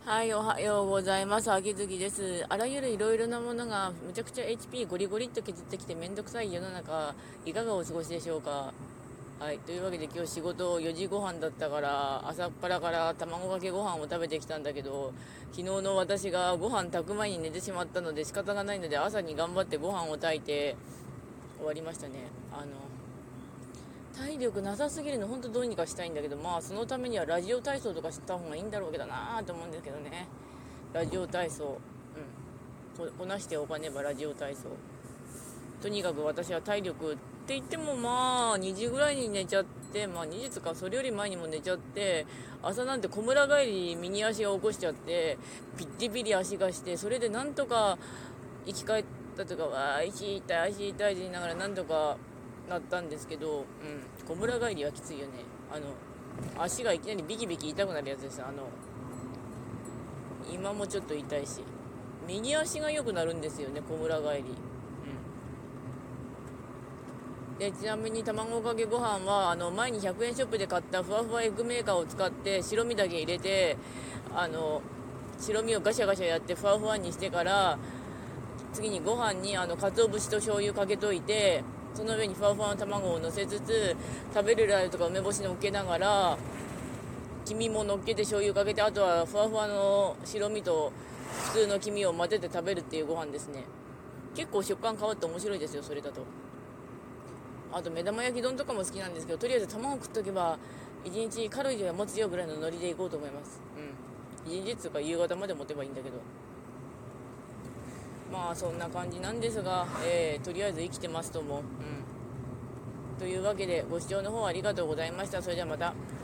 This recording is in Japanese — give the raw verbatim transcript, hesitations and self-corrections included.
はい、おはようございます。秋月です。あらゆるいろいろなものがむちゃくちゃ エイチピー ゴリゴリっと削ってきてめんどくさい世の中、いかがお過ごしでしょうか。はい、というわけで今日仕事よじご飯だったから朝っぱらから卵かけご飯を食べてきたんだけど、昨日の私がご飯炊く前に寝てしまったので仕方がないので朝に頑張ってご飯を炊いて終わりましたね。あの体力なさすぎるの、本当どうにかしたいんだけど、まあそのためにはラジオ体操とかした方がいいんだろうけどなと思うんですけどね。ラジオ体操、うん、ここなしておかねばラジオ体操。とにかく私は体力って言ってもまあにじぐらいに寝ちゃって、まあにじつかそれより前にも寝ちゃって、朝なんて小村帰り右足が起こしちゃってピッチピリ足がして、それでなんとか生き返ったとか、わー足痛い足痛いって言いながらなんとかなったんですけど、うん、小村帰りはきついよね。あの足がいきなりビキビキ痛くなるやつです。あの今もちょっと痛いし、右足が良くなるんですよね、小村帰り。でちなみに卵かけご飯はあの前にひゃくえんショップで買ったふわふわエッグメーカーを使って白身だけ入れて、あの白身をガシャガシャやってふわふわにしてから、次にご飯にあの鰹節と醤油かけといて、その上にふわふわの卵を乗せつつ、食べれる間とか梅干し乗っけながら黄身も乗っけて醤油かけて、あとはふわふわの白身と普通の黄身を混ぜて食べるっていうご飯ですね。結構食感変わって面白いですよ、それだと。あと目玉焼き丼とかも好きなんですけど、とりあえず卵食っとけばいちにちカロリーは持つよぐらいのノリでいこうと思います。うん、いちにちっつうか夕方まで持てばいいんだけど、まあそんな感じなんですが、えー、とりあえず生きてますとも、うん、というわけでご視聴の方ありがとうございました。それではまた。